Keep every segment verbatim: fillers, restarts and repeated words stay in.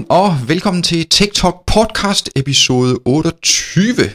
og velkommen til TikTok podcast episode otteogtyve.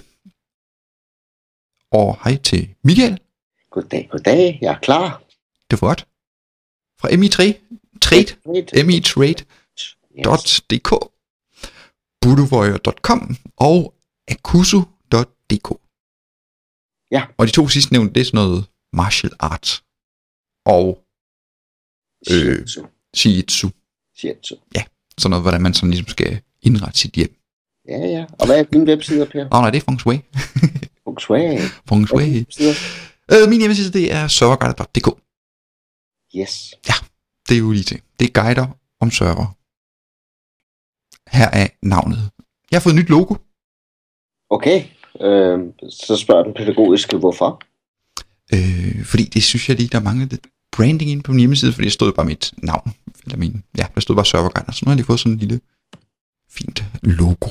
Og hej til Michael. Goddag, goddag. Jeg er klar. Det var godt. Fra M I tre Trade, M I Trade punktum d k, budovoyer punktum com og akusu punktum d k. Ja. Og de to sidste nævnte, det er sådan noget martial arts og øh, shiitsu. Shiitsu. Ja, sådan noget, hvordan man sådan ligesom skal indrette sit hjem. Ja, ja. Og hvad er din webside, Per? Åh oh, nej, det er Feng Shui. Feng Shui. Feng Shui. Øh, min hjemmeside, det er serverguider punktum d k. Yes. Ja, det er jo lige til. Det er guider om server. Her er navnet. Jeg har fået et nyt logo. Okay, øh, så spørger den pædagogiske, hvorfor? Øh, fordi det synes jeg lige, der manglede lidt branding inde på min hjemmeside, fordi det stod bare mit navn. Eller min, ja, der stod bare serverguider. Så nu har jeg lige fået sådan en lille, fint logo.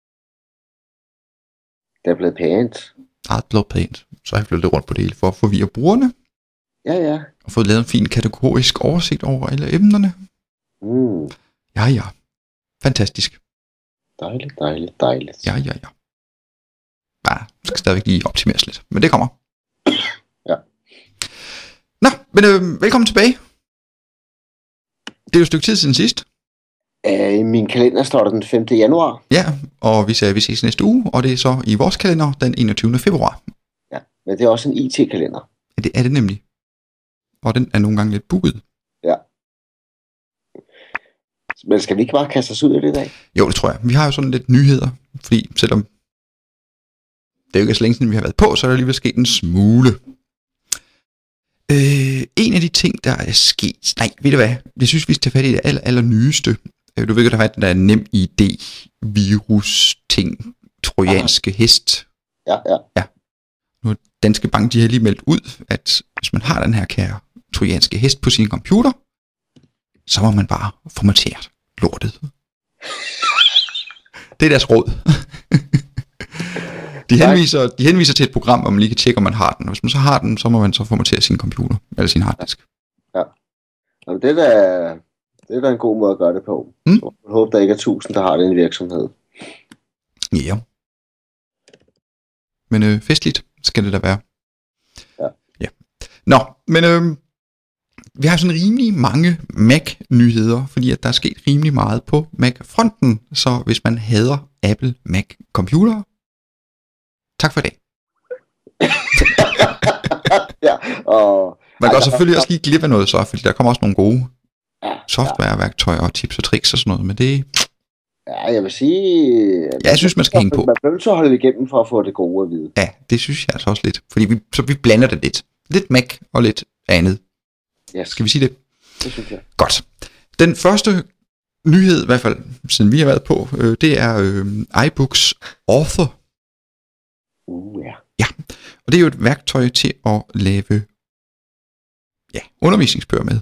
Det er blevet pænt. Meget blevet pænt. Så har jeg flyttet rundt på det hele for at forvirre brugerne. Ja, ja. Og fået lavet en fin kategorisk oversigt over alle emnerne. Mm. Ja, ja. Fantastisk. Dejligt, dejligt, dejligt. Ja, ja, ja. Ja, det skal stadigvæk lige optimeres lidt. Men det kommer. Ja. Nå, men øh, velkommen tilbage. Det er jo et stykke tid siden sidst. Æh, I min kalender står der den femte januar. Ja, og vi sagde, at vi ses næste uge, og det er så i vores kalender den enogtyvende februar. Ja, men det er også en I T-kalender. Ja, det er det nemlig. Og den er nogle gange lidt booket. Ja. Men skal vi ikke bare kaste os ud i det i dag? Jo, det tror jeg. Vi har jo sådan lidt nyheder, fordi selvom det er jo ikke så længe siden, vi har været på, så er der alligevel sket en smule. Øh, en af de ting, der er sket... Nej, ved du hvad? Jeg synes, vi skal tage fat i det aller, aller nyeste. Du ved godt, der har været den der nem I D-virus-ting. Trojanske Aha. hest. Ja, ja. Ja. Nu Danske Bank, de har lige meldt ud, at hvis man har den her kære trojanske hest på sin computer, så må man bare formatere lortet. Det er deres råd. De henviser, de henviser til et program, hvor man lige kan tjekke, om man har den. Og hvis man så har den, så må man så formatere sin computer, eller sin harddisk. Ja. Jamen, det er da, det er da en god måde at gøre det på. Mm. Så jeg håber, der ikke er tusind, der har den virksomhed. Ja. Men øh, festligt skal det da være. Ja. Ja. Nå, men øh, vi har sådan rimelig mange Mac-nyheder, fordi at der er sket rimelig meget på Mac-fronten. Så hvis man hader Apple Mac-computere, tak for det. Ja, og man kan også selvfølgelig også lige glip af noget så, fordi der kommer også nogle gode ja, softwareværktøjer og tips og tricks og sådan noget, men det... Ja, jeg vil sige... Ja, jeg synes, man skal hænge på. Man bliver nødt til at holde igennem for at få det gode at vide. Ja, det synes jeg altså også lidt, fordi vi, så vi blander det lidt. Lidt Mac og lidt andet. Yes. Skal vi sige det? Det synes jeg. Godt. Den første nyhed, i hvert fald siden vi har været på, øh, det er øh, iBooks Author. Uh, ja. Ja, og det er jo et værktøj til at lave ja, undervisningsbøger med.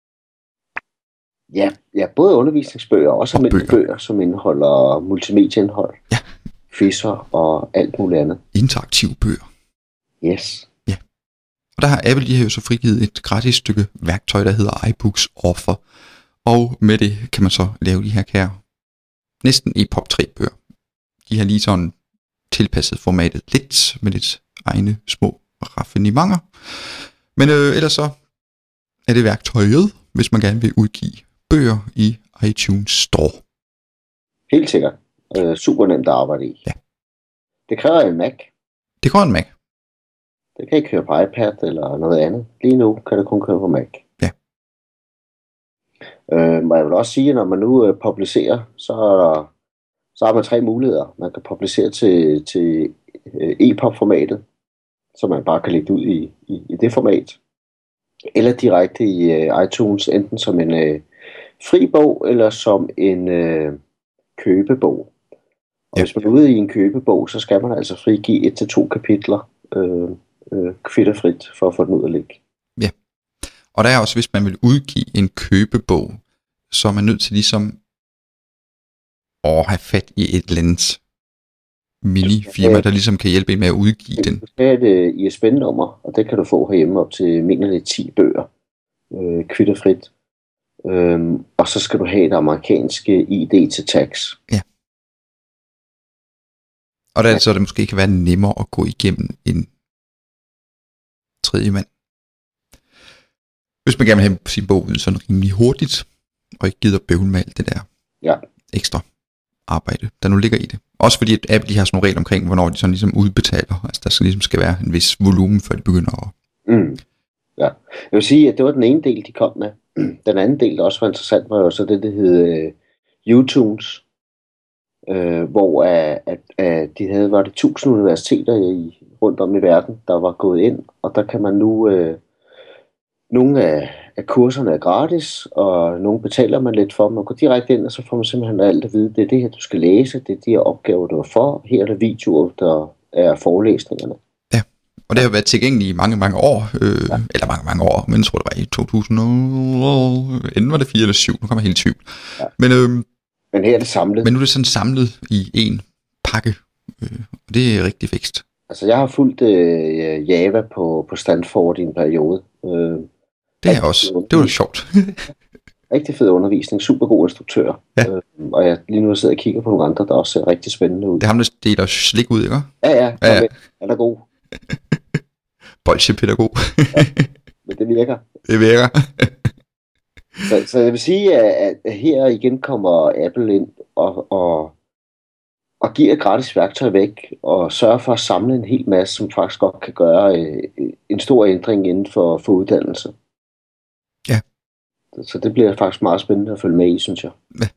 Ja, ja, både undervisningsbøger og også og bøger. bøger, som indeholder multimedieindhold, ja. quizzer og alt muligt andet. Interaktive bøger. Yes. Ja. Og der har Apple, de har jo så frigivet et gratis stykke værktøj, der hedder iBooks Author. Og med det kan man så lave de her kære næsten E P U B tre bøger. De har lige sådan tilpasset formatet lidt, med lidt egne små raffinementer. Men øh, ellers så er det værktøjet, hvis man gerne vil udgive bøger i iTunes Store. Helt sikkert. Øh, super nemt at arbejde i. Ja. Det kræver en Mac. Det kræver en Mac. Det kan ikke køre på iPad eller noget andet. Lige nu kan det kun køre på Mac. Ja. Øh, men jeg vil også sige, at når man nu øh, publicerer, så er der Så har man tre muligheder. Man kan publicere til, til E P U B-formatet, så man bare kan lægge det ud i, i, i det format. Eller direkte i uh, iTunes, enten som en uh, fri bog, eller som en uh, købebog. Og ja. Hvis man er ude i en købebog, så skal man altså frigive et til to kapitler uh, uh, kvitterfrit for at få den ud at ligge. Ja, og der er også, hvis man vil udgive en købebog, så er man nødt til ligesom og have fat i et eller andet mini-firma, der ligesom kan hjælpe en med at udgive den. Du skal have et I S B N-nummer, og det kan du få herhjemme op til mener det ti bøger, øh, kvitterfrit. Øhm, og så skal du have det amerikanske I D til tax. Ja. Og der er det så, det måske kan være nemmere at gå igennem en tredje mand. Hvis man gerne vil have sin bog ud sådan rimelig hurtigt, og ikke gider bøvle med alt det der Ja. ekstra arbejde, der nu ligger i det. Også fordi, at Apple de har sådan nogle regler omkring, hvornår de sådan ligesom udbetaler. Altså der skal ligesom skal være en vis volumen, før de begynder at... Mm. Ja. Jeg vil sige, at det var den ene del, de kom med. Den anden del, der også var interessant, var jo så det, der hed uh, U-Tunes, uh, hvor uh, at, uh, de havde, var det tusind universiteter i, rundt om i verden, der var gået ind, og der kan man nu... Uh, nogle af, af kurserne er gratis, og nogle betaler man lidt for. Man går direkte ind, og så får man simpelthen alt at vide. Det er det her, du skal læse. Det er de her opgaver, du er for. Her er der videoer, der er forelæsningerne. Ja, og det har været tilgængeligt i mange, mange år. Øh, ja. Eller mange, mange år. Men jeg tror, det var i to tusind. Enten var det fire eller syv. Nu kommer jeg helt i tvivl. Ja. Men, øh, men her er det samlet. Men nu er det sådan samlet i en pakke. Øh, og det er rigtig fikst. Altså, jeg har fulgt øh, Java på, på Stanford i en periode. Øh, det er også. Det var sjovt. Rigtig fed undervisning. Super god instruktør. Ja. Øh, og jeg lige nu sidder og kigger på nogle andre, der også ser rigtig spændende ud. Det er ham, der deler slik ud, ikke? Ja, ja. ja, ja. Han er god. Bolsjepædagog. Ja, men det virker. Det virker. så, så jeg vil sige, at, at her igen kommer Apple ind og... og og giver et gratis værktøj væk, og sørger for at samle en hel masse, som faktisk godt kan gøre øh, en stor ændring inden for, for uddannelse. Ja. Så det bliver faktisk meget spændende at følge med i, synes jeg. Ja.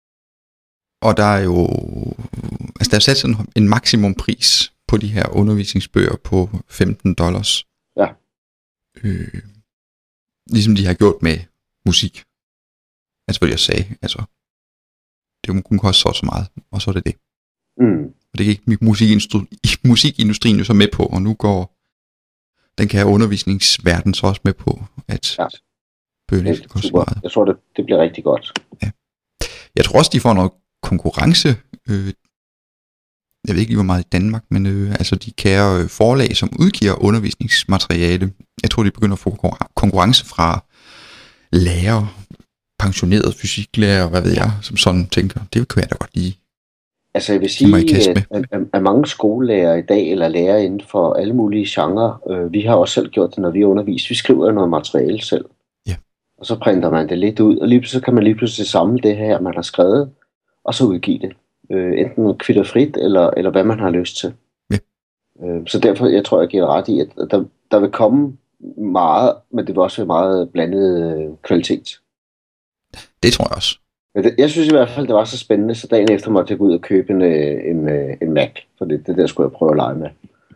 Og der er jo... Altså, der er sat sådan en maksimumpris på de her undervisningsbøger på femten dollars. Ja. Øh, ligesom de har gjort med musik. Altså, hvad jeg sagde, altså... Det må kun koste så så meget, og så er det det. Mm. Og det gik musikindustri- musikindustrien jo så med på, og nu går den kære undervisningsverden så også med på, at ja. bøgerne ikke koster meget. Jeg tror, det, det bliver rigtig godt. Ja. Jeg tror også, de får noget konkurrence. Øh, jeg ved ikke lige, hvor meget i Danmark, men øh, altså de kære forlag, som udgiver undervisningsmateriale, jeg tror, de begynder at få konkurrence fra lærere, pensionerede fysiklærer, hvad ved jeg, som sådan tænker, det kan jeg da godt lide. Altså jeg vil sige, at, at, at mange skolelærer i dag, eller lærere inden for alle mulige genrer, øh, vi har også selv gjort det, når vi underviser. Vi skriver noget materiale selv. Ja. Og så printer man det lidt ud, og lige så kan man lige pludselig samle det her, man har skrevet, og så udgive det. Øh, enten kvitterfrit, eller, eller hvad man har lyst til. Ja. Øh, så derfor, jeg tror, jeg giver ret i, at der, der vil komme meget, men det vil også være meget blandet øh, kvalitet. Det tror jeg også. Jeg synes i hvert fald, det var så spændende, så dagen efter måtte jeg gå ud og købe en, en, en Mac, for det, det der skulle jeg prøve at lege med.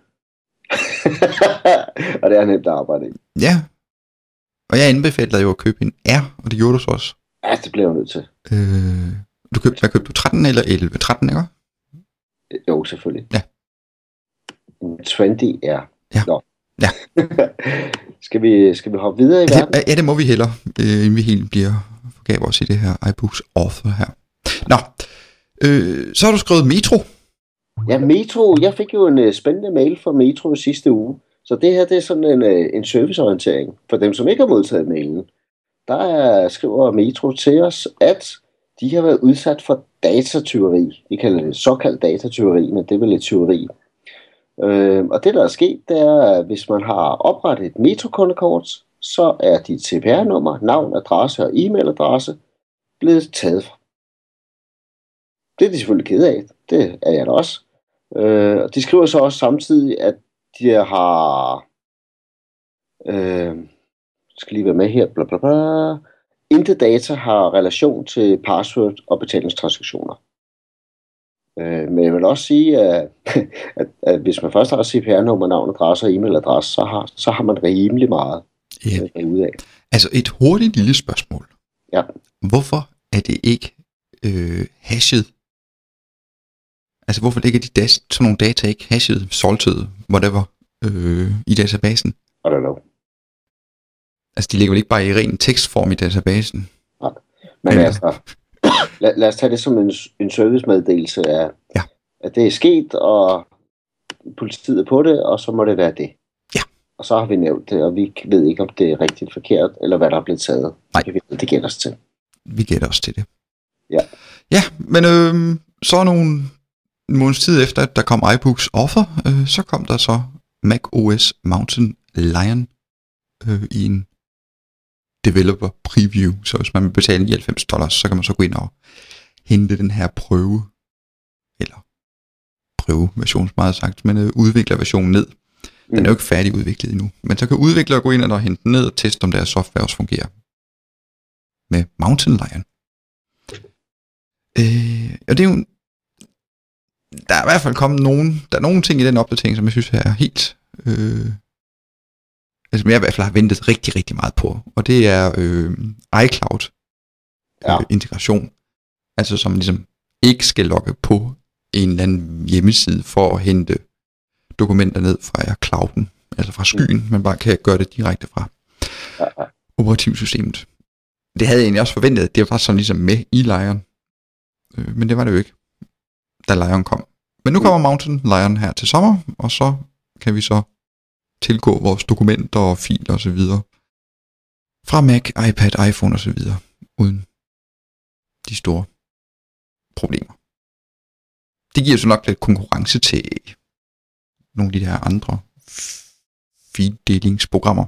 Og det er nemt at arbejde i. Ja, og jeg anbefalede jo at købe en R, og det gjorde du så også. Ja, det blev jeg nødt til. Øh, du købte, hvad købte du, tretten eller elleve? tretten, ikke? Jo, selvfølgelig. Ja. En tyve R. Ja. Nå. Ja. skal, vi, skal vi hoppe videre i verden? Ja, ja, det må vi hellere, øh, inden vi helt bliver forgav os i det her iBooks author her. Nå, øh, så har du skrevet Metro. Ja, Metro. Jeg fik jo en uh, spændende mail fra Metro i sidste uge. Så det her, det er sådan en, uh, en serviceorientering. For dem, som ikke har modtaget mailen, der er, skriver Metro til os, at de har været udsat for datatyveri. Vi kalder det såkaldt datatyveri, men det er vel et tyveri. Øh, og det, der er sket, det er, at hvis man har oprettet et Metro-kundekort, så er dit C P R-nummer, navn, adresse og e-mailadresse blevet taget fra. Det er de selvfølgelig kede af. Det er jeg da også. Øh, og de skriver så også samtidig, at de har... Øh, skal lige være med her. Bla, bla, bla. Intet data har relation til password og betalingstransaktioner. Øh, men jeg vil også sige, at, at, at hvis man først har C P R-nummer, navn, adresse og e-mailadresse, så har, så har man rimelig meget. Ja. Ud af. Altså et hurtigt lille spørgsmål. Ja. Hvorfor er det ikke øh, hashet? Altså hvorfor ligger de das, sådan nogle data ikke hashet, saltet, whatever, øh, i databasen? I don't know. Altså de ligger vel ikke bare i ren tekstform i databasen? Nej, men Eller? altså, lad, lad os tage det som en, en servicemeddelelse af, ja. at det er sket, og politiet er på det, og så må det være det. Og så har vi nævnt det, og vi ved ikke, om det er rigtigt forkert, eller hvad der er blevet taget. Nej. Det, det gælder os til. vi gætter os til det. Ja. Ja, men øh, så nogle en måneds tid efter, at der kom iBooks Offer, øh, så kom der så macOS Mountain Lion øh, i en developer preview. Så hvis man vil betale nioghalvfems dollars, så kan man så gå ind og hente den her prøve, eller prøveversion, meget sagt, men øh, udviklerversionen ned. Den er jo ikke færdig udviklet endnu. Men så kan udviklere gå ind og hente den ned og teste, om deres software også fungerer. Med Mountain Lion. Øh, og det er jo... Der er i hvert fald kommet nogen... Der er nogle ting i den opdatering, som jeg synes er helt... Øh, altså, som jeg i hvert fald har ventet rigtig, rigtig meget på. Og det er øh, iCloud ja. øh, integration. Altså, som ligesom ikke skal logge på en eller anden hjemmeside for at hente dokumenter ned fra clouden, altså fra skyen, mm. man bare kan gøre det direkte fra ja. operativsystemet. Det havde jeg egentlig også forventet, det var sådan ligesom med i Lion, øh, men det var det jo ikke, da Lion kom. Men nu kommer Mountain Lion her til sommer, og så kan vi så tilgå vores dokumenter og filer og så videre fra Mac, iPad, iPhone og så videre, uden de store problemer. Det giver så nok lidt konkurrence til nogle af de her andre feed-delingsprogrammer.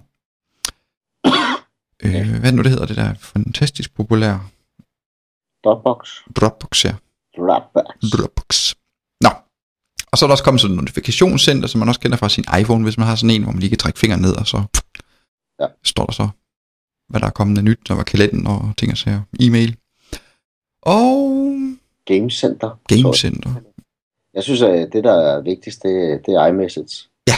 øh, hvad er det nu, det hedder, det der fantastisk populære? Dropbox. Dropbox, ja. Dropbox. Dropbox. Nå. Og så er der også kommet sådan en notifikationscenter, som man også kender fra sin iPhone, hvis man har sådan en, hvor man lige kan trække fingeren ned, og så ja. står der så, hvad der er kommet af nyt, og hvad kalenderen og ting og sager. E-mail. Og... Game Center. Game Center. Jeg synes, at det, der er vigtigst, det, det er iMessage. Ja.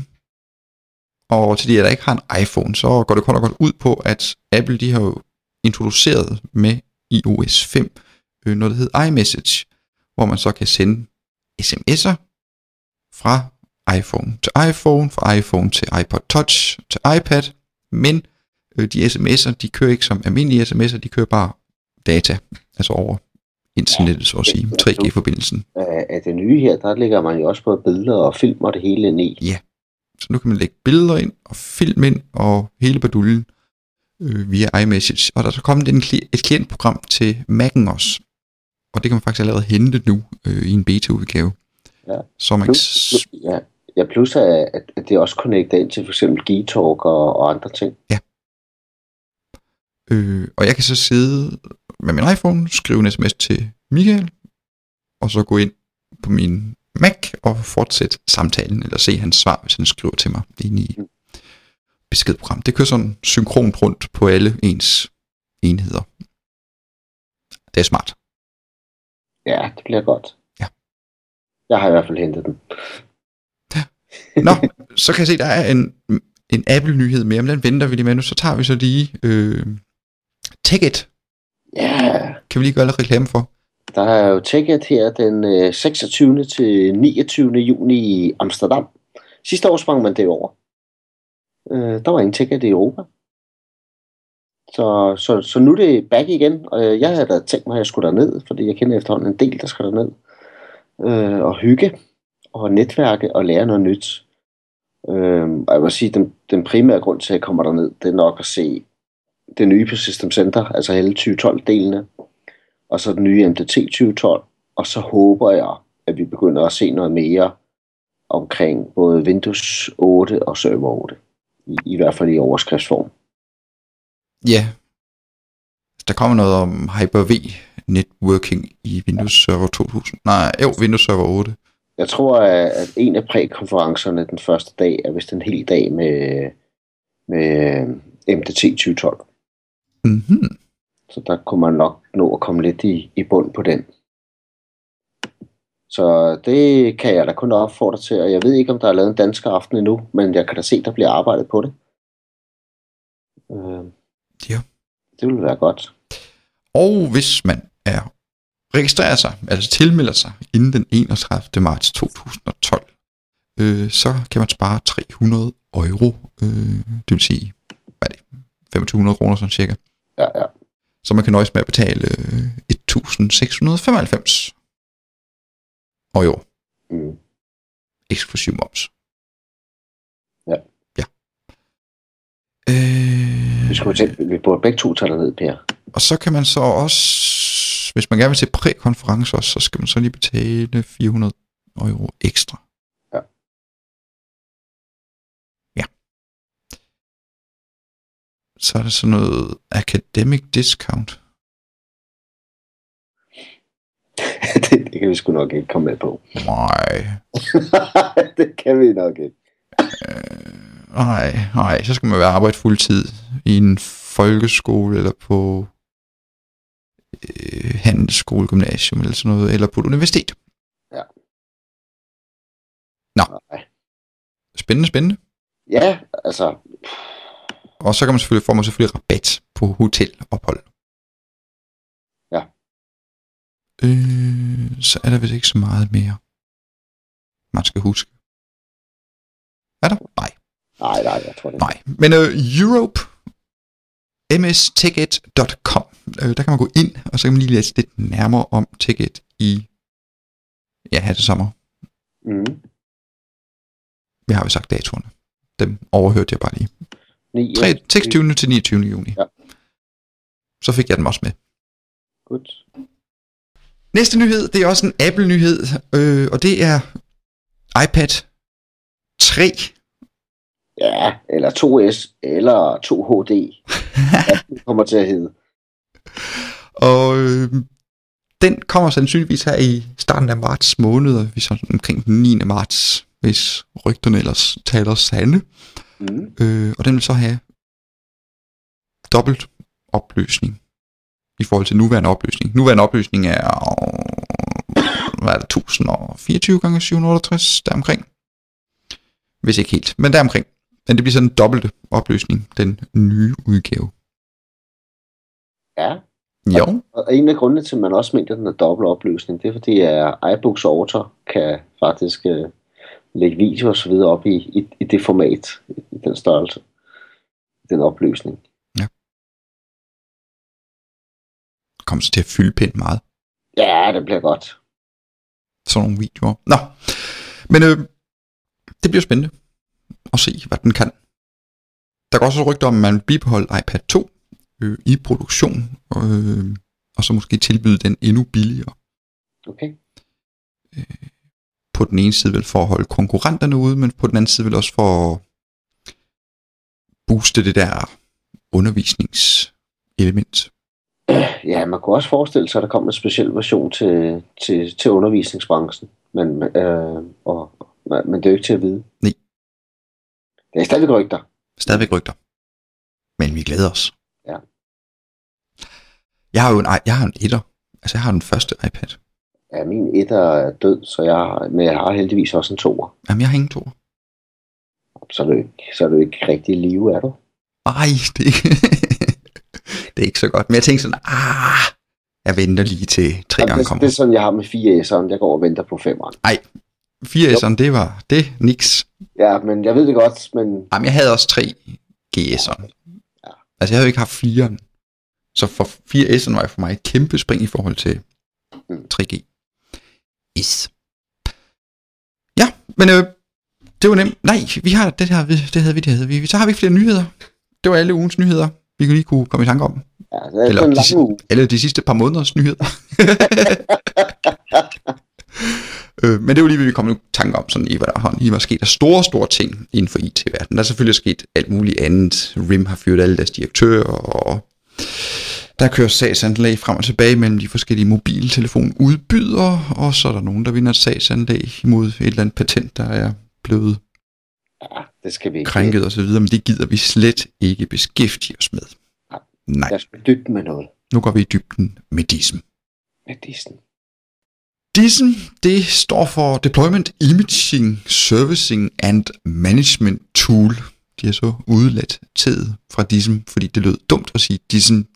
Og til de, der ikke har en iPhone, så går det kort og godt ud på, at Apple, de har jo introduceret med i O S fem noget, der hedder iMessage, hvor man så kan sende sms'er fra iPhone til iPhone, fra iPhone til iPod Touch, til iPad, men de sms'er, de kører ikke som almindelige sms'er, de kører bare data, altså over internettet, så at sige, tre G-forbindelsen. Af det nye her, der ligger man jo også på billeder og film og det hele ind i. Ja, så nu kan man lægge billeder ind og film ind og hele baduljen øh, via iMessage. Og der er så kommet en, et klientprogram til Mac'en også, og det kan man faktisk allerede hente nu øh, i en beta-udgave. Ja. Så man plus, plus, ja. ja, plus at, at det også connecter ind til for eksempel Gtalk og, og andre ting. Ja. Øh, og jeg kan så sidde med min iPhone, skrive en sms til Michael, og så gå ind på min Mac og fortsætte samtalen, eller se hans svar, hvis han skriver til mig inde i beskedprogram. Det kører sådan synkront rundt på alle ens enheder. Det er smart. Ja, det bliver godt. Ja. Jeg har i hvert fald hentet den. Nå, så kan jeg se, der er en, en Apple-nyhed mere, men den venter vi lige med nu. Så tager vi så lige øh, TechEd. Ja. Kan vi lige gøre lidt reklame for? Der er jo TechEd her den øh, seksogtyvende til niogtyvende juni i Amsterdam. Sidste år sprang man det over. Øh, der var ingen TechEd i Europa. Så, så, så nu er det back igen, og jeg havde da tænkt mig, at jeg skulle derned, fordi jeg kender efterhånden en del, der skal derned. Øh, og hygge, og netværke, og lære noget nyt. Øh, og jeg vil sige, den, den primære grund til, at jeg kommer derned, det er nok at se det nye på System Center, altså hele tyve tolv-delene, og så den nye M D T tyve tolv, og så håber jeg, at vi begynder at se noget mere omkring både Windows otte og Server otte, i, i hvert fald i overskriftsform. Ja, der kommer noget om Hyper-V networking i Windows Server to tusind. Nej, jo, Windows Server otte. Jeg tror, at en af prækonferencerne den første dag er vist en hel dag med, med M D T tyve tolv. Mm-hmm. Så der kunne man nok nå at komme lidt i, i bund på den. Så det kan jeg da kun opfordre til, og jeg ved ikke, om der er lavet en dansk aften endnu, men jeg kan da se, der bliver arbejdet på det. Øh, ja. Det ville være godt. Og hvis man er registrerer sig, altså tilmelder sig inden den enogtredivte marts to tusind og tolv, øh, så kan man spare tre hundrede euro, øh, det vil sige, hvad er det, femogtyve hundrede kroner sådan cirka. Ja, ja. Så man kan nøjes med at betale øh, et tusind seks hundrede og femoghalvfems euro. Mm. Eksklusiv moms. Ja. Ja. Øh, vi, skulle til, vi burde begge to tage derned, Per. Og så kan man så også, hvis man gerne vil til prækonference også, så skal man så lige betale fire hundrede euro ekstra. Ja. Ja. Så er der sådan noget academic discount. det, det kan vi sgu nok ikke komme med på. Nej. Det kan vi nok ikke. Øh, nej, nej, så skal man være arbejde fuldtid i en folkeskole eller på øh, handelsskole, gymnasium eller sådan noget, eller på et universitet. Ja. Nå. Nej. Spændende, spændende. Ja, altså. Og så kan man selvfølgelig få man selvfølgelig rabat på hotelophold. Ja. Øh, så er der vist ikke så meget mere, man skal huske. Er der? Nej. Nej, nej, jeg tror det. Nej, men uh, Europe, m s ticket punktum com, uh, der kan man gå ind, og så kan man lige læse lidt nærmere om ticket i, ja, her til sommer. Mm. Vi har jo sagt datoerne. Dem overhørte jeg bare lige. Ni, tre, seksogtyvende til niogtyvende juni. Ja. Så fik jeg dem også med. Godt. Næste nyhed, det er også en Apple-nyhed, øh, og det er iPad tre. Ja, eller to S, eller to H D. Det kommer til at hedde. Og øh, den kommer sandsynligvis her i starten af marts måned, vi så omkring den niende marts, hvis rygterne ellers taler sande. Mm. Øh, og den vil så have dobbelt opløsning i forhold til nuværende opløsning. Nuværende opløsning er, hvad er det, tusind fireogtyve gange syv hundrede og otteogtres, deromkring. Hvis ikke helt, men deromkring. Men det bliver sådan en dobbelt opløsning, den nye udgave. Ja. Jo. Og en af grundene til, at man også mener, at den er dobbelt opløsning, det er fordi, at iBooks Author kan faktisk uh, lægge video og så videre op i, i, i det format, i den størrelse, den opløsning. Ja. Kommer så til at fylde pænt meget. Ja, det bliver godt. Sådan nogle videoer. Nå, men øh, det bliver spændende at se, hvad den kan. Der går også rygter om, at man vil bibeholde iPad to øh, i produktion, øh, og så måske tilbyde den endnu billigere. Okay. Øh, på den ene side vel for at holde konkurrenterne ude, men på den anden side vel også for at booste det der undervisningselement. Ja, man kunne også forestille sig, at der kommer en speciel version til, til, til undervisningsbranchen, men, øh, og, men det er jo ikke til at vide. Nej. Det er stadigvæk rygter. Stadigvæk rygter. Men vi glæder os. Ja. Jeg har jo en, jeg har en etter. Altså jeg har den første iPad. Ja, min etter er død, så jeg har, men jeg har heldigvis også en toer. Jamen jeg har ingen toer. Så er du ikke, så er du ikke rigtig i live, er du? Nej, det er ikke, det er ikke så godt. Men jeg tænkte sådan, ah, jeg venter lige til tre gange kommer. Det er sådan, jeg har med fire S'eren. Jeg går og venter på femeren. Nej, fire S'eren, det var det, niks. Ja, men jeg ved det godt, men... Jamen jeg havde også tre G S'eren. Ja. Altså jeg havde jo ikke haft fire'eren. Så for fire S'eren var for mig et kæmpe spring i forhold til tre G. Is. Ja, men øh, det var nemt. Nej, vi har det her, det havde vi, det havde vi. Så har vi flere nyheder. Det var alle ugens nyheder, vi lige kunne komme i tanke om. Ja, det er eller, en de, lang uge. eller de sidste par måneders nyheder. øh, men det var lige, hvad vi kom i tanke om, sådan i hvad der, i, hvad der sket der store, store ting inden for I T-verdenen. Der er selvfølgelig sket alt muligt andet. R I M har fyret alle deres direktører, og der kører sagsanlæg frem og tilbage mellem de forskellige mobiltelefonudbydere, og så er der nogen, der vinder et sagsanlæg imod et eller andet patent, der er blevet ja, det skal vi ikke. krænket og så videre, men det gider vi slet ikke beskæftige os med. Nej. Nej. Jeg skal dybden med noget. Nu går vi i dybden med D I S M. Med Disney. D I S M, det står for Deployment Imaging Servicing and Management Tool. De har så udladt tæet fra D I S M, fordi det lød dumt at sige D I S M.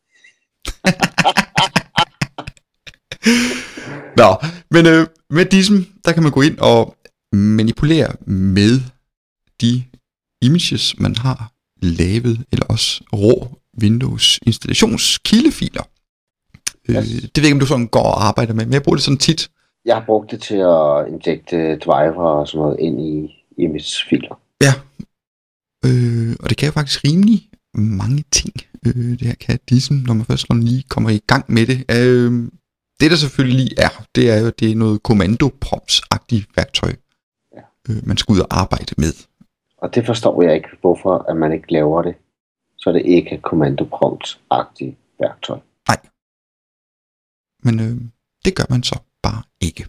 Nå, men øh, med D I S M, der kan man gå ind og manipulere med de images, man har lavet, eller også rå Windows installationskildefiler. Yes. Øh, det ved ikke, om du sådan går og arbejder med, men jeg bruger det sådan tit. Jeg har brugt det til at injekte driver og sådan noget ind i image-filer. Ja, øh, og det kan jo faktisk rimelig mange ting. øh, det her kan dism, når man først lige kommer i gang med det. Øh, det der selvfølgelig lige er, det er jo, det er noget kommandoprompts-agtigt værktøj, ja. øh, man skal ud og arbejde med. Og det forstår jeg ikke, hvorfor at man ikke laver det, så det ikke er kommandoprompts-agtigt værktøj. Nej. Men øh, det gør man så bare ikke.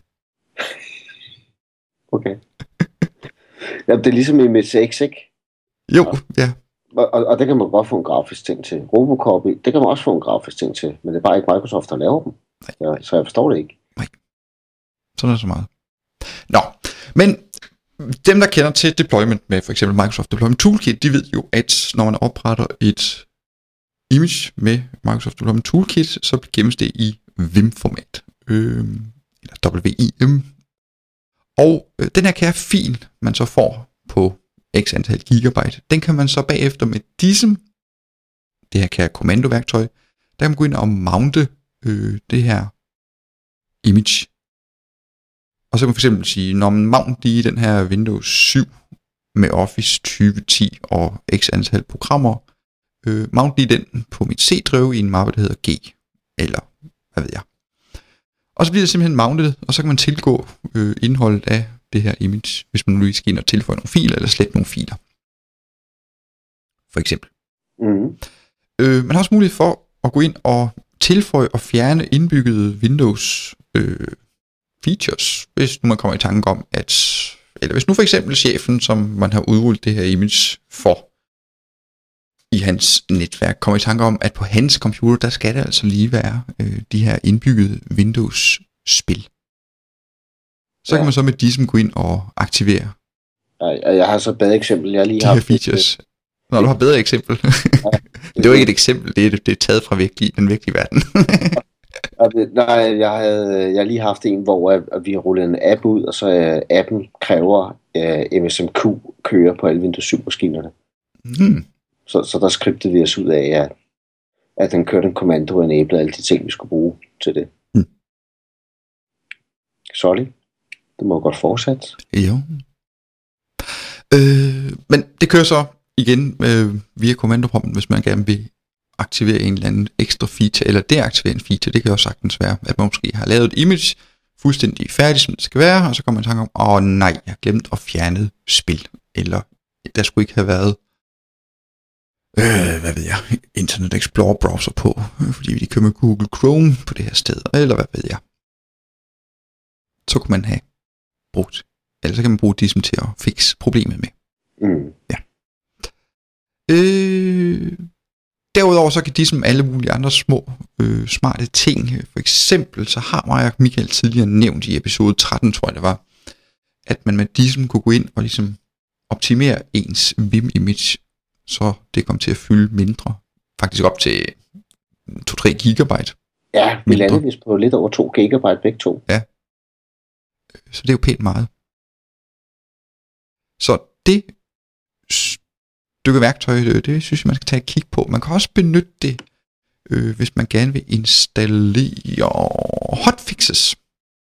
Okay. Jamen, det er ligesom i M S X, ikke? Jo, ja. Og, og, og det kan man godt få en grafisk ting til. Robocopy, det kan man også få en grafisk ting til, men det er bare ikke Microsoft, der laver dem. Ja, så jeg forstår det ikke. Nej. Sådan er det så meget. Nå, men dem, der kender til deployment med for eksempel Microsoft Deployment Toolkit, de ved jo, at når man opretter et image med Microsoft Deployment Toolkit, så gemmes det i vim-format. Øh, eller W I M. Og øh, den her kære fil, man så får på x antal gigabyte, den kan man så bagefter med dism, det her kære kommandoværktøj, der kan man gå ind og mounte øh, det her image. Og så kan man for eksempel sige, når man mount lige den her Windows syv med Office tyve ti og x antal programmer, øh, mount lige den på mit C-drev i en mappe, der hedder G, eller hvad ved jeg. Og så bliver det simpelthen mountet, og så kan man tilgå øh, indholdet af det her image, hvis man nu lige skal ind og tilføje nogle filer, eller slette nogle filer. For eksempel. Mm. Øh, man har også mulighed for at gå ind og tilføje og fjerne indbyggede Windows øh, features, hvis nu man kommer i tanke om, at, eller hvis nu for eksempel chefen, som man har udrullet det her image for, i hans netværk, kommer i tanke om, at på hans computer, der skal det altså lige være øh, de her indbyggede Windows-spil. Så ja. Kan man så med dism gå ind og aktivere. Jeg, jeg har så et bedre eksempel. Jeg lige de her features. Et... Nå, du har et bedre eksempel. Ja, det, det var ikke et eksempel, det er, det er taget fra virkelig, den virkelige verden. Nej, jeg havde jeg har lige haft en, hvor at vi har rullet en app ud, og så uh, appen kræver uh, M S M Q kører på alle Windows syv maskinerne. Hmm. Så, så der skriptede vi os ud af, at, at den kørte en kommando og enablede alle de ting, vi skulle bruge til det. Hmm. Sorry. Det må godt fortsætte. Jo. Øh, men det kører så igen øh, via kommandoprompten, hvis man gerne vil aktivere en eller anden ekstra feature, eller deaktivere en feature. Det kan jo sagtens være, at man måske har lavet et image fuldstændig færdigt, som det skal være, og så kommer man i tanke om, åh oh, nej, jeg har glemt at fjerne spil, eller der skulle ikke have været øh, hvad ved jeg, Internet Explorer browser på, fordi de kører med Google Chrome på det her sted, eller hvad ved jeg. Så kunne man have brugt, eller så kan man bruge dism til at fikse problemet med. Mm. Ja. Øh, derudover så kan dism alle mulige andre små øh, smarte ting. For eksempel så har mig og Michael tidligere nævnt i episode tretten, tror jeg det var, at man med dism kunne gå ind og ligesom optimere ens Vim image, så det kom til at fylde mindre. Faktisk op til to til tre gigabyte. Ja, vi landede vist på lidt over to gigabyte begge to. Ja. Så det er jo pænt meget. Så det stykke værktøj, det synes jeg, man skal tage et kig på. Man kan også benytte det, øh, hvis man gerne vil installere hotfixes.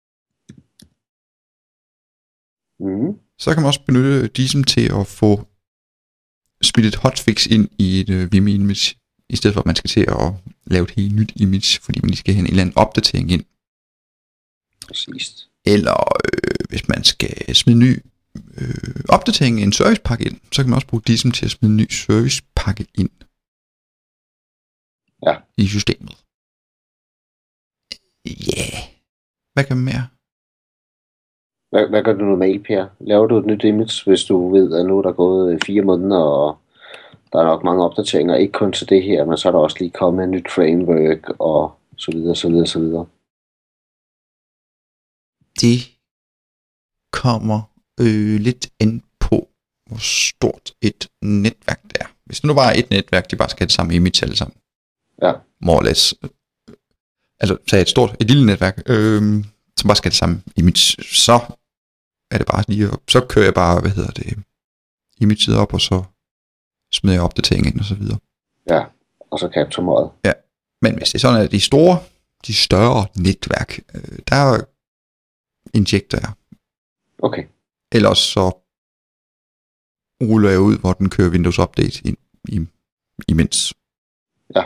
Mm. Så kan man også benytte dism til at få smidt et hotfix ind i et uh, Vim image, i stedet for at man skal til at lave et helt nyt image, fordi man lige skal have en eller anden opdatering ind. Præcis. Eller øh, hvis man skal smide en ny øh, opdatering, en servicepakke ind, så kan man også bruge dism til at smide en ny servicepakke ind. Ja. I systemet. Ja. Yeah. Hvad kan man mere? Hvad, hvad gør du normalt, Per? Laver du et nyt image, hvis du ved, at nu er der gået fire måneder, og der er nok mange opdateringer, ikke kun til det her, men så er der også lige kommet et nyt framework, og så videre, så videre, så videre. Det kommer øh, lidt ind på, hvor stort et netværk det er. Hvis det nu bare er et netværk, de bare skal have det samme image alle sammen. Ja. More or less. Altså, så er et stort, et lille netværk, øh, som bare skal have det samme image, så er det bare lige, så kører jeg bare, hvad hedder det, imaget op, og så smider jeg opdateringen ind, og så videre. Ja, og så capture meget. Ja, men hvis det er sådan, at de store, de større netværk, øh, der injekter jeg. Okay. Ellers så ruller jeg ud, hvor den kører Windows Update ind, i, imens. Ja.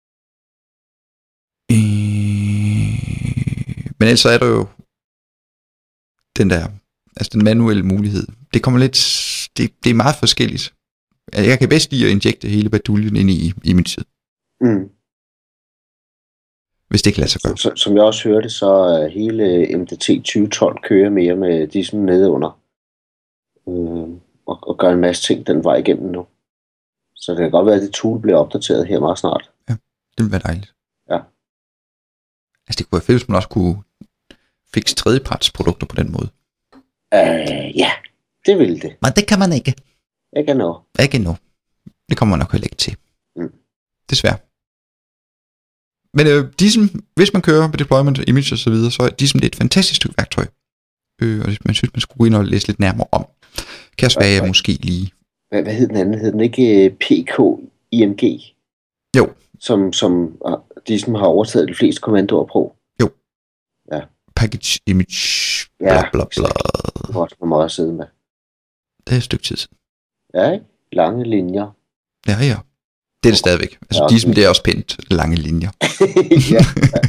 Øh, men ellers så er der jo den der, altså den manuelle mulighed. Det kommer lidt, det, det er meget forskelligt. Jeg kan bedst lide at injekte hele baduljen ind i, i min tid. Mm. Hvis det kan lade sig gøre. Så, som jeg også hørte, så er hele M D T tyve tolv kører mere med de sådan nede under. Øh, og, og gør en masse ting den vej igennem nu. Så det kan godt være, at det tool bliver opdateret her meget snart. Ja, det vil være dejligt. Ja. Altså det kunne være fedt, hvis man også kunne fikse tredjepartsprodukter på den måde. Øh, ja, det vil det. Men det kan man ikke. Ikke endnu. Ikke endnu. Det kommer man nok heller ikke til. Mm. Desværre. Men øh, Dism, hvis man kører med deployment, image og så videre, så er Dism det et fantastisk stykke værktøj. Øh, og hvis man synes, man skulle gå ind og læse lidt nærmere om. Kan jeg svære måske lige. Hvad, hvad hed den anden? Hed den ikke P K I M G? Jo. Som, som uh, Dism har overtaget de fleste kommandoer på. Jo. Ja. Package image, bla ja, bla bla. Det var også meget at sidde med. Det er et stykke tid siden. Ja, ikke? Lange linjer. Ja, ja. Det er det stadigvæk. Altså, ja, Dism, det er også pænt lange linjer. ja.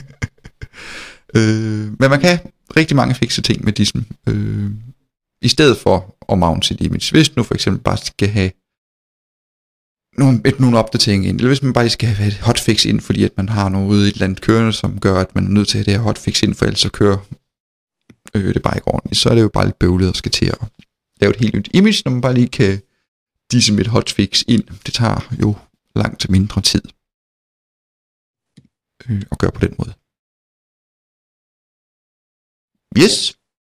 øh, men man kan rigtig mange fikse ting med Dism. Øh, I stedet for at mount sit image. Hvis nu for eksempel bare skal have nogle, et, nogle opdateringer ind, eller hvis man bare skal have et hotfix ind, fordi at man har noget i et eller andet kørende, som gør, at man er nødt til at have det her hotfix ind, for ellers så kører øh, det bare ikke ordentligt. Så er det jo bare lidt bøvlet at skal til at lave et helt nyt image, når man bare lige kan Dism et hotfix ind. Det tager jo langt mindre tid øh, at gøre på den måde. Yes.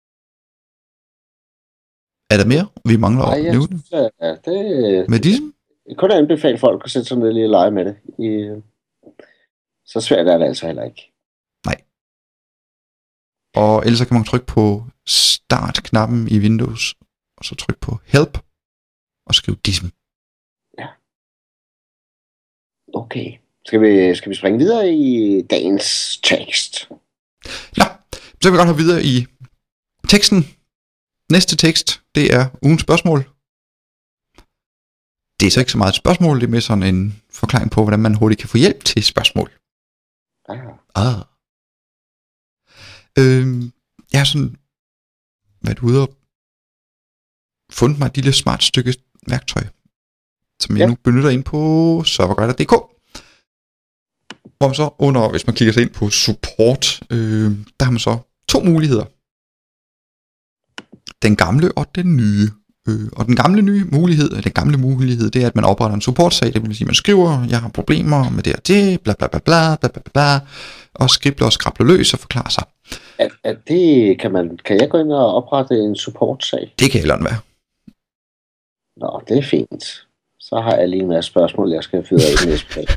Er der mere, vi mangler Ej, at jeg nævne? synes, ja, det, Med Dism? Jeg kunne da anbefale folk at sætte sig ned lige og lege med det. I, så svært er det altså heller ikke. Nej. Og ellers så kan man trykke på Start-knappen i Windows, og så trykke på Help, og skrive Dism. Ja. Okay. Skal vi, skal vi springe videre i dagens tekst? Ja, så kan vi godt have videre i teksten. Næste tekst, det er ugens spørgsmål. Det er så ikke så meget et spørgsmål, det er mere sådan en forklaring på, hvordan man hurtigt kan få hjælp til spørgsmål. Ah. Ah. Øhm, jeg har sådan været ude og fundet mig et lille smart stykke værktøj, som jeg ja. nu benytter ind på serverguider punktum d k. Hvor man så under, hvis man klikker sig ind på support, øh, der har man så to muligheder. Den gamle og den nye. Øh, og den gamle nye mulighed, den gamle mulighed, det er, at man opretter en supportsag. Det vil sige, at man skriver, jeg har problemer med det og det, bla bla bla bla, bla, bla, bla og skribler og skrabler løs og forklarer sig. Er, er det, kan, man, kan jeg gå ind og oprette en supportsag? Det kan heller være. Nå, det er fint. Så har jeg lige en masse spørgsmål, jeg skal finde af i næste dag.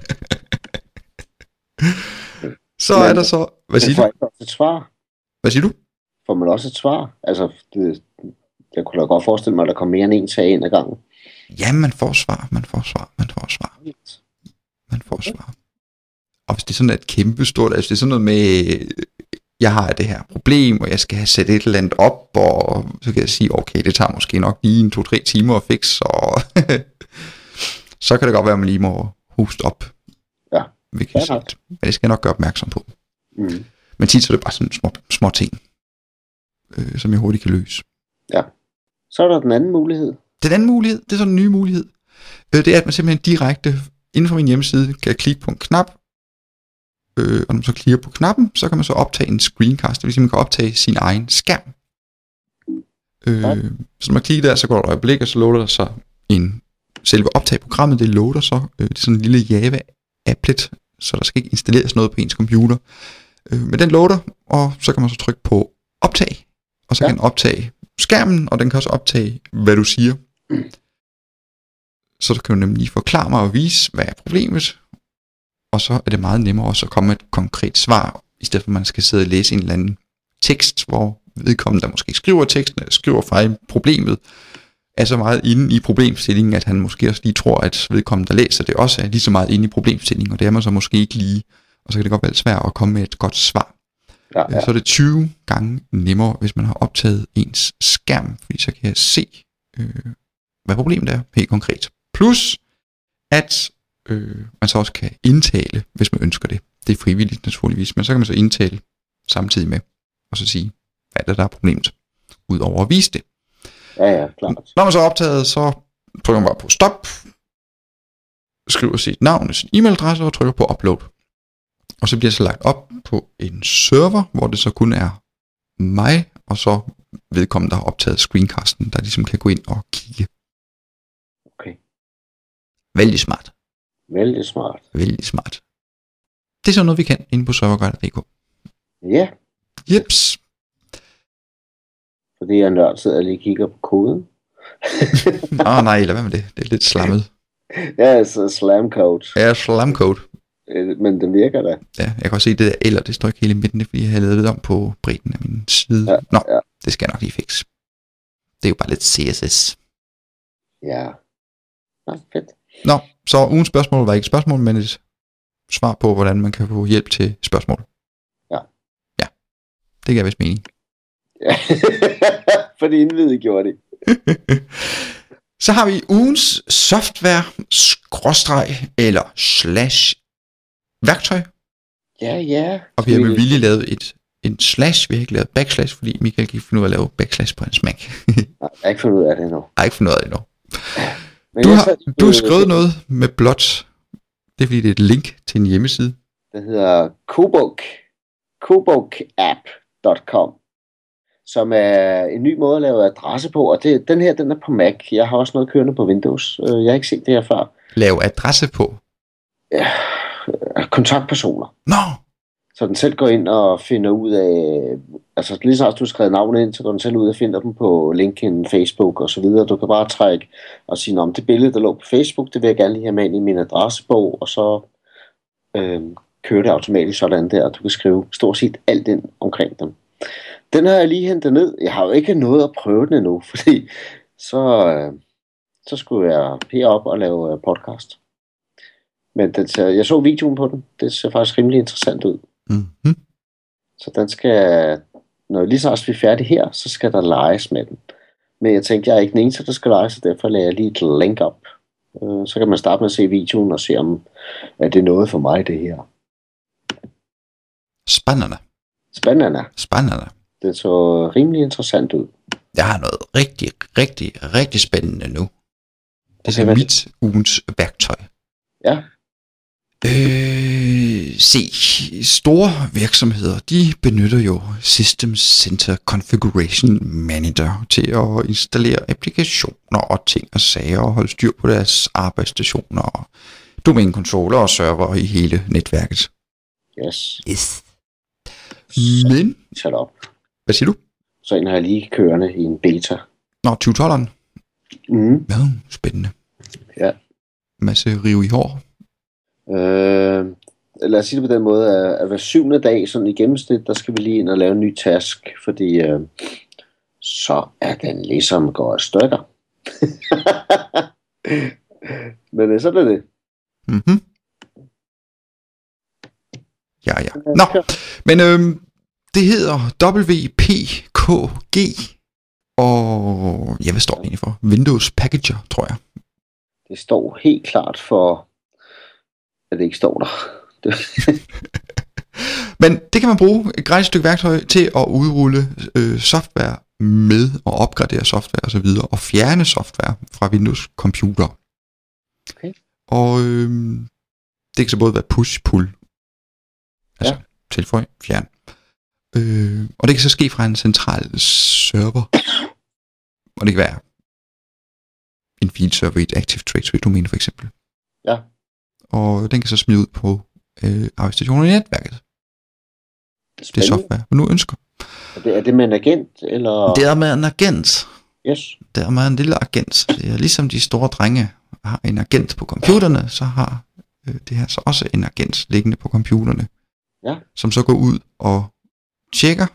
Så men, er der så... Hvad siger får du? Får et svar? Hvad siger du? Får man også et svar? Altså, det, jeg kunne da godt forestille mig, at der kommer mere end en sag ind ad gangen. Ja, man får svar, man får svar, man får svar. Man får svar. Og hvis det er sådan et kæmpe stort, altså det er sådan noget med, jeg har det her problem, og jeg skal have sat et eller andet op, og så kan jeg sige, okay, det tager måske nok lige en to-tre timer at fikse, og så kan det godt være, at man lige må hoste op. Ja. Vi kan ja, sige, men det skal jeg nok gøre opmærksom på. Mm. Men tit så er det bare sådan små, små ting, øh, som jeg hurtigt kan løse. Ja. Så er der den anden mulighed. Den anden mulighed, det er så den nye mulighed. Det er, at man simpelthen direkte inden for min hjemmeside kan klikke på en knap, øh, og når man så klikker på knappen, så kan man så optage en screencast, det vil sige, man kan optage sin egen skærm. Øh, ja. Så når man klikker der, så går der et øjeblik, og så loader der så en, selve optageprogrammet, det loader så, øh, det er sådan en lille Java-applet, så der skal ikke installeres noget på ens computer. Øh, men den loader, og så kan man så trykke på optag, og så ja. kan den optage skærmen, og den kan også optage, hvad du siger. Mm. Så du kan du nemlig forklare mig og vise, hvad er problemet, og så er det meget nemmere også at komme med et konkret svar, i stedet for at man skal sidde og læse en eller anden tekst, hvor vedkommende, der måske skriver teksten, eller skriver fejl problemet, er så meget inde i problemstillingen, at han måske også lige tror, at vedkommende, der læser det, også er lige så meget inde i problemstillingen, og det er man så måske ikke lige, og så kan det godt være svært at komme med et godt svar. Ja, ja. Så er det tyve gange nemmere, hvis man har optaget ens skærm, fordi så kan jeg se, øh, hvad problemet er helt konkret. Plus, at øh, man så også kan indtale, hvis man ønsker det. Det er frivilligt naturligvis, men så kan man så indtale samtidig med, og så sige, hvad er det, der er problemet, udover at vise det. Ja, ja, klart. Når man så er optaget, så trykker man bare på stop, skriver sit navn og sin e-mailadresse og trykker på upload. Og så bliver det så lagt op på en server, hvor det så kun er mig, og så vedkommende, der har optaget screencasten, der ligesom kan gå ind og kigge. Okay. Vældig smart. Vældig smart. Vældig smart. Det er sådan noget, vi kan inde på serverguide punktum d k. Ja. Jeps. Fordi jeg nørd sidder lige og kigger på koden. Åh oh, nej, lad være med det. Det er lidt slammet. Ja, så slam code. Ja, slam code. Men den virker da. Ja, jeg kan også se, det der eller, det står ikke helt i midten, det er, fordi jeg har lavet det om på bredden af min side. Ja, Nå, ja. Det skal jeg nok lige fikse. Det er jo bare lidt C S S. Ja. Nå, fedt. Nå, så ugens spørgsmål var ikke et spørgsmål, men et svar på, hvordan man kan få hjælp til spørgsmål. Ja. Ja, det giver vist mening. Ja. Fordi indvidet gjorde det. Så har vi ugens software, skråstreg eller slash værktøj. Ja, ja. Og vi har med vilje lavet et, en slash, vi har ikke lavet backslash, fordi Michael kan ikke finde ud af at lave backslash på hans Mac. Jeg har ikke fundet ud af det endnu. Jeg har ikke fundet ud af det endnu. Men Du jeg har, sad- du har skrevet noget med blot. Det er fordi, det er et link til en hjemmeside. Det hedder Kobook. kobook app punktum com, som er en ny måde at lave adresse på. Og det, den her, den er på Mac. Jeg har også noget kørende på Windows. Øh, Jeg har ikke set det her før. Lav adresse på. Ja, kontaktpersoner. Nå, Så den selv går ind og finder ud af, altså lige så du har skrevet navnet ind, så går den selv ud og finder dem på LinkedIn, Facebook og så videre. Du kan bare trække og sige, om det billede, der lå på Facebook, det vil jeg gerne lige have med ind i min adressebog, og så øh, kører det automatisk sådan der, og du kan skrive stort set alt ind omkring dem. Den har jeg lige hentet ned. Jeg har jo ikke nået at prøve den endnu, fordi så, øh, så skulle jeg herop og lave øh, podcast. Men den ser, jeg så videoen på den. Det ser faktisk rimelig interessant ud. mm-hmm. Så den skal, når lige så vi er færdige her, så skal der leges med den. Men jeg tænkte, jeg er ikke den eneste, der skal lege, så derfor lader jeg lige et link op. Øh, Så kan man starte med at se videoen og se, om er det noget for mig, det her. Spændende. Spændende. Spændende. Det så rimelig interessant ud. Jeg har noget rigtig, rigtig, rigtig spændende nu. Det er Okay, hvad- mit ugens værktøj. Ja, Øh, se, store virksomheder, de benytter jo System Center Configuration Manager til at installere applikationer og ting og sager og holde styr på deres arbejdsstationer og domænekontroller og server i hele netværket. yes. Yes. Så Men, sæt op. hvad siger du? Så en har jeg lige kørende i en beta. Nå, tyve tolveren. Mm. Ja, spændende. Ja. Masse rive i hår. Øh, lad os sige det på den måde, at, at hver syvende dag, sådan i gennemsnit, der skal vi lige ind og lave en ny task, fordi øh, så er den ligesom går i stykker. Men øh, sådan er det. Mhm. Ja, ja. Nå, men øhm, det hedder W P K G, og ja, hvad står det egentlig for? Windows Packager, tror jeg. Det står helt klart for, at det ikke står der. Det, Men det kan man bruge, et gratis stykke værktøj, til at udrulle øh, software med, og opgradere software og så videre, og fjerne software fra Windows computer. Okay. Og øh, det kan så både være push-pull, altså Ja. tilføj, fjern. Øh, og det kan så ske fra en central server. Og det kan være en file-server i et Active Directory-domæne for eksempel. Ja. Og den kan så smide ud på øh, arbejdsstationer i netværket. Det er spændende. software, man nu ønsker. Er det, er det med en agent, eller? Det er med en agent. Yes. Det er med en lille agent. Det er ligesom de store drenge har en agent på computerne, så har øh, det her så også en agent liggende på computerne. Ja. Som så går ud og tjekker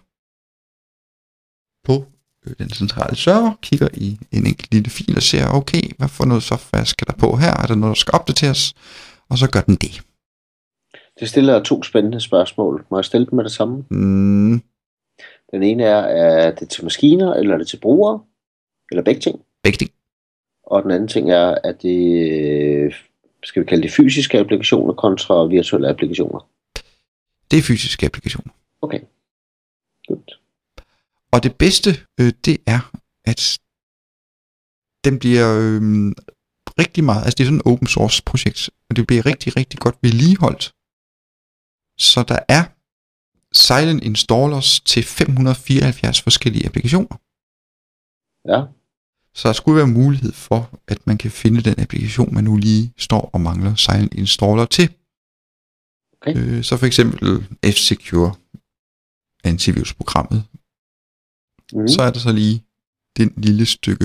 på øh, den centrale server, kigger i en enkelt lille fil og ser, okay, hvad for noget software skal der på her? Er der noget, der skal opdateres? Og så gør den det. Det stiller to spændende spørgsmål. Må jeg stille dem med det samme? Mm, Den ene er, er det til maskiner, eller er det til brugere? Eller begge ting? begge ting. Og den anden ting er, at det skal vi kalde det fysiske applikationer kontra virtuelle applikationer? Det er fysiske applikationer. Okay, godt. Og det bedste, øh, det er, at den bliver øh, rigtig meget, altså det er sådan et open source projekt, og det bliver rigtig, rigtig godt vedligeholdt. Så der er silent installers til fem hundrede fireoghalvfjerds forskellige applikationer. Ja. Så der skulle være mulighed for, at man kan finde den applikation, man nu lige står og mangler silent installer til. Okay. Øh, så for eksempel F-Secure, antivirusprogrammet. Mm. Så er der så lige den lille stykke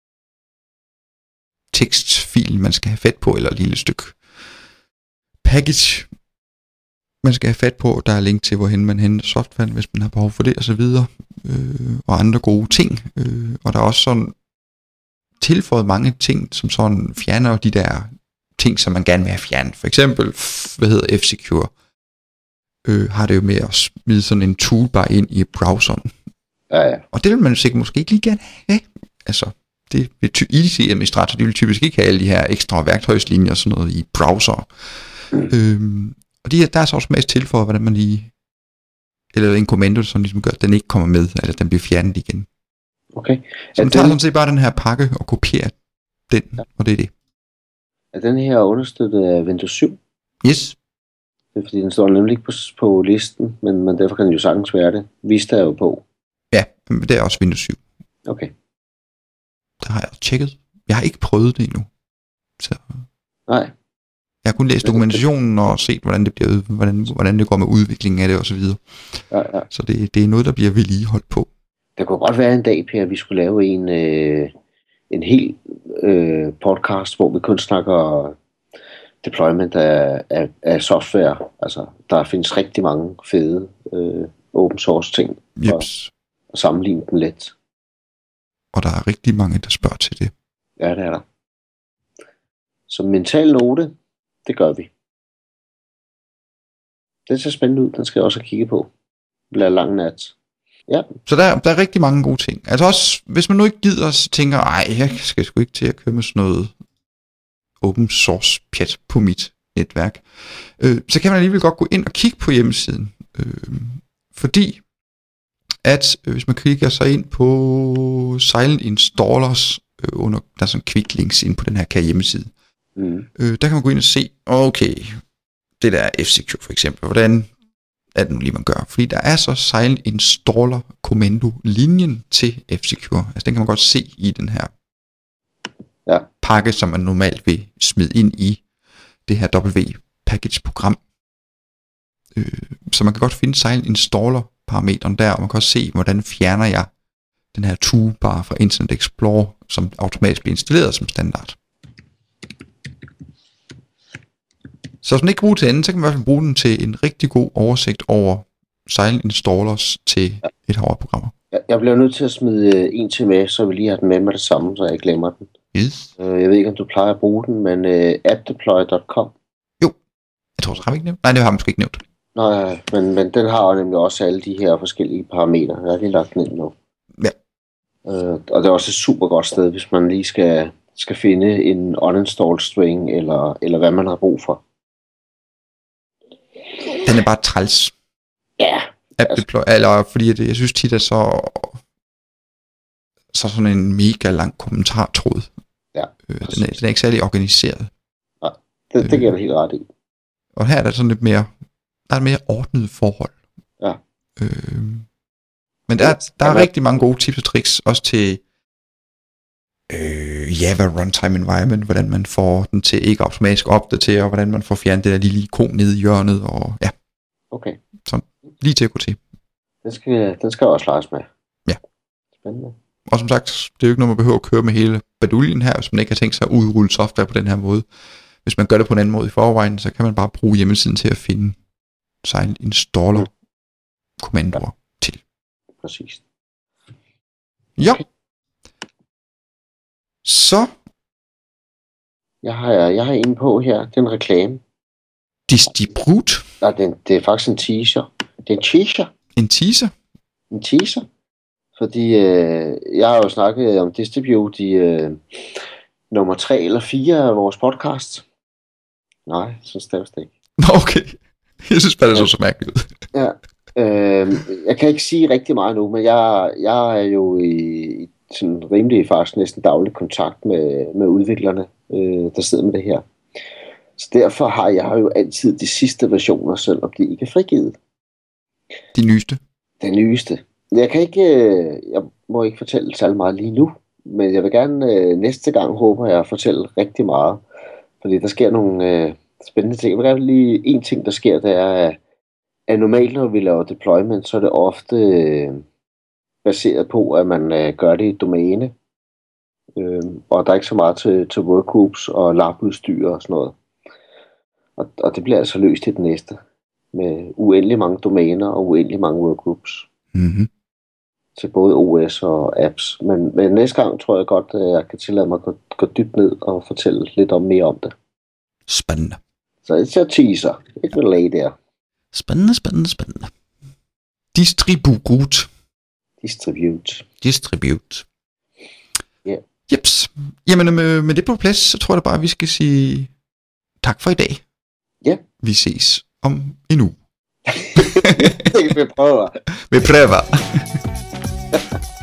tekstfil, man skal have fat på, eller et lille stykke package, man skal have fat på. Der er link til, hvorhen man henter software, hvis man har behov for det, og så videre. Øh, og andre gode ting. Øh, og der er også sådan tilføjet mange ting, som sådan fjerner de der ting, som man gerne vil have fjernet. For eksempel, hvad hedder F-Secure, øh, har det jo med at smide sådan en toolbar ind i browseren. Ja, ja. Og det vil man sikkert måske ikke lige gerne have. Altså, det vil ty- I T-administrator, de vil typisk ikke have alle de her ekstra værktøjslinjer og sådan noget i browser. Mm. Øhm, og de, der er så også mest tilføjet, hvordan man lige, eller en kommando, som ligesom gør, at den ikke kommer med, eller den bliver fjernet igen. Okay. Så man er tager den, sådan set bare den her pakke og kopierer den, ja. Og det er det. Er den her understøttet af Windows syv? Yes. Det er fordi, den står nemlig ikke på, på listen, men, men derfor kan den jo sagtens være det. Vista er jo på. Ja, men det er også Windows syv. Okay. Der har jeg tjekket. Jeg har ikke prøvet det endnu. Så Nej. jeg har kun læst dokumentationen og set, hvordan det, bliver, hvordan, hvordan det går med udviklingen af det osv. Ja, ja. Så det, det er noget, der bliver vedligeholdt på. Det kunne godt være en dag, Per, at vi skulle lave en, øh, en hel øh, podcast, hvor vi kun snakker deployment af, af, af software. Altså, der findes rigtig mange fede øh, open source ting. Jeps. Og, og sammenligne dem let. Og der er rigtig mange, der spørger til det. Ja, det er der. Så mental note, det gør vi. Det ser spændende ud, den skal jeg også kigge på. Det bliver lang nat. Ja. Så der, der er rigtig mange gode ting. Altså også, hvis man nu ikke gider, så tænker, ej, jeg skal sgu ikke til at køre med sådan noget open source pjat på mit netværk. Øh, så kan man alligevel godt gå ind og kigge på hjemmesiden. Øh, fordi, at øh, hvis man klikker sig ind på Silent Installers, øh, under, der er sådan quick links ind på den her hjemmeside, mm. øh, der kan man gå ind og se, okay, det der er F-Secure for eksempel, hvordan er det nu lige man gør, fordi der er så Silent Installer kommando linjen til F-Secure, altså den kan man godt se i den her ja. pakke, som man normalt vil smide ind i det her W-package program. Øh, så man kan godt finde Silent Installer parameteren der, og man kan også se, hvordan fjerner jeg den her toolbar fra Internet Explorer, som automatisk bliver installeret som standard. Så hvis man ikke bruger til anden, så kan man i hvert fald bruge den til en rigtig god oversigt over Silent Installers til et hav af programmer. Jeg bliver nødt til at smide en til med, så vi lige har den med med det samme, så jeg ikke glemmer den. Yes. Jeg ved ikke, om du plejer at bruge den, men uh, appdeploy punktum com. Jo, jeg tror, så har vi ikke nævnt. Nej, det har vi måske ikke nævnt. Nej, men, men den har jo nemlig også alle de her forskellige parametre. Jeg har lige lagt den ind nu. Ja. Uh, og det er også et super godt sted, hvis man lige skal, skal finde en uninstalled string, eller, eller hvad man har brug for. Den er bare træls. Ja. Appdeploy, altså. Eller fordi det, jeg synes tit er så så sådan en mega lang kommentartråd. Ja. Øh, den, er, den er ikke særlig organiseret. Nej, det, det giver du helt ret i. Og her er der sådan lidt mere, der er et mere ordnet forhold. Ja. Øh, men der, der er ja, rigtig mange gode tips og tricks, også til øh, Java Runtime Environment, hvordan man får den til ikke automatisk opdatere, og hvordan man får fjernet det der lille ikon nede i hjørnet, og ja. Okay. Så lige til at gå til. Den skal, den skal også leges med. Ja. Spændende. Og som sagt, det er jo ikke noget, man behøver at køre med hele baduljen her, hvis man ikke har tænkt sig at udrulle software på den her måde. Hvis man gør det på en anden måde i forvejen, så kan man bare bruge hjemmesiden til at finde Silent Installer kommandoer ja. til. Præcis. Ja. Okay. Så. Jeg har, jeg har en på her. Det er en reklame. Distribut. Nej, det er, det er faktisk en teaser. Det er en teaser. En teaser? En teaser. Fordi øh, jeg har jo snakket om Distribut i øh, nummer tre eller fire af vores podcast. Nej, så staves det ikke. Nå, okay. Jeg synes bare, det så så mærkeligt ud. Ja. Øh, jeg kan ikke sige rigtig meget nu, men jeg, jeg er jo i, i sådan rimelig faktisk næsten daglig kontakt med, med udviklerne, øh, der sidder med det her. Så derfor har jeg jo altid de sidste versioner, selvom de ikke er frigivet. De nyeste? Den nyeste. Jeg kan ikke, øh, jeg må ikke fortælle særlig meget lige nu, men jeg vil gerne øh, næste gang, håber jeg, at fortælle rigtig meget. Fordi der sker nogle øh, spændende ting. Jeg vil gerne lige, en ting, der sker, det er, at, at normalt, når vi laver deployment, så er det ofte øh, baseret på, at man øh, gør det i et domæne. Øh, og der er ikke så meget til, til workgroups og lab-udstyr og sådan noget. Og, og det bliver altså løst i det næste. Med uendelig mange domæner og uendelig mange workgroups. Mm-hmm. Til både O S og apps. Men, men næste gang tror jeg godt, at jeg kan tillade mig at gå, gå dybt ned og fortælle lidt om mere om det. Spændende. Så det er teaser. Ikke vil lage der. Spændende, spændende, spændende. Distribut. Distribute. Distribute. Ja. Yeah. Jeps. Jamen med, med det på plads, så tror jeg bare, at vi skal sige tak for i dag. Ja. Yeah. Vi ses om en uge. Vi prøver. Vi prøver.